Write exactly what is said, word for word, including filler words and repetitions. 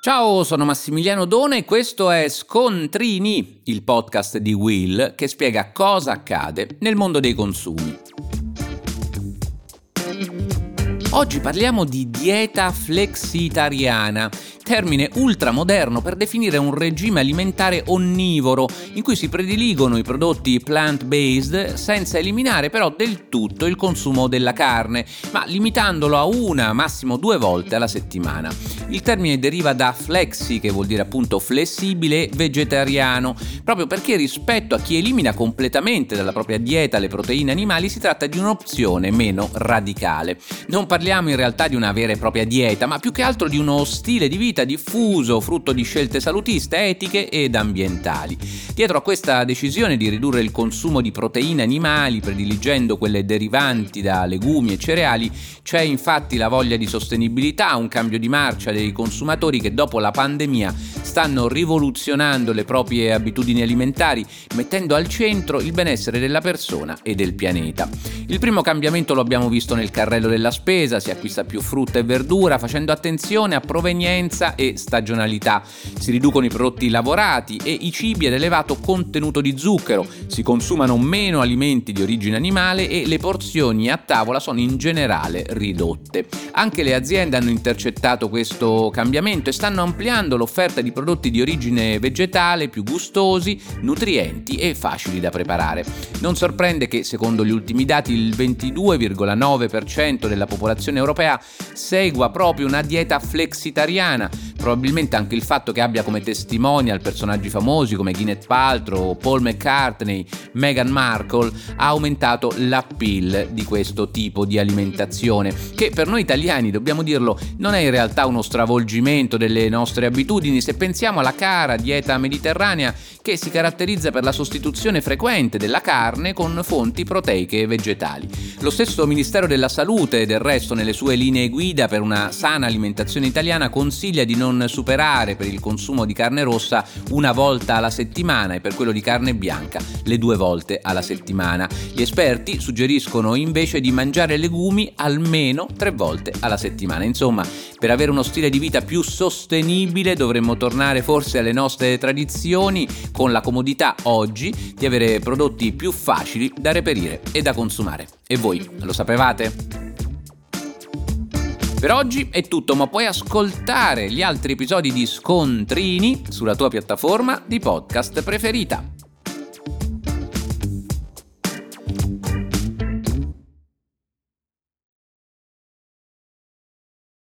Ciao, sono Massimiliano Dona e questo è Scontrini, il podcast di Will che spiega cosa accade nel mondo dei consumi. Oggi parliamo di dieta flexitariana, termine ultramoderno per definire un regime alimentare onnivoro in cui si prediligono i prodotti plant-based senza eliminare però del tutto il consumo della carne, ma limitandolo a una, massimo due volte alla settimana. Il termine deriva da flexi, che vuol dire appunto flessibile e vegetariano, proprio perché rispetto a chi elimina completamente dalla propria dieta le proteine animali si tratta di un'opzione meno radicale. Non parliamo in realtà di una vera e propria dieta, ma più che altro di uno stile di vita diffuso, frutto di scelte salutiste, etiche ed ambientali. Dietro a questa decisione di ridurre il consumo di proteine animali, prediligendo quelle derivanti da legumi e cereali, c'è infatti la voglia di sostenibilità, un cambio di marcia dei consumatori che dopo la pandemia stanno rivoluzionando le proprie abitudini alimentari, mettendo al centro il benessere della persona e del pianeta. Il primo cambiamento lo abbiamo visto nel carrello della spesa, si acquista più frutta e verdura facendo attenzione a provenienza e stagionalità, si riducono i prodotti lavorati e i cibi ad elevato contenuto di zucchero, si consumano meno alimenti di origine animale e le porzioni a tavola sono in generale ridotte. Anche le aziende hanno intercettato questo cambiamento e stanno ampliando l'offerta di prodotti di origine vegetale più gustosi, nutrienti e facili da preparare. Non sorprende che, secondo gli ultimi dati, il ventidue virgola nove per cento della popolazione europea segua proprio una dieta flexitariana. Probabilmente anche il fatto che abbia come testimonial personaggi famosi come Gwyneth Paltrow, Paul McCartney, Meghan Markle ha aumentato l'appeal di questo tipo di alimentazione, che per noi italiani, dobbiamo dirlo, non è in realtà uno stravolgimento delle nostre abitudini se pensiamo alla cara dieta mediterranea che si caratterizza per la sostituzione frequente della carne con fonti proteiche vegetali. Lo stesso Ministero della Salute, del resto, nelle sue linee guida per una sana alimentazione italiana consiglia di non superare per il consumo di carne rossa una volta alla settimana e per quello di carne bianca le due volte alla settimana. Gli esperti suggeriscono invece di mangiare legumi almeno tre volte alla settimana. Insomma, per avere uno stile di vita più sostenibile dovremmo tornare forse alle nostre tradizioni, con la comodità oggi di avere prodotti più facili da reperire e da consumare. E voi lo sapevate? Per oggi è tutto, ma puoi ascoltare gli altri episodi di Scontrini sulla tua piattaforma di podcast preferita.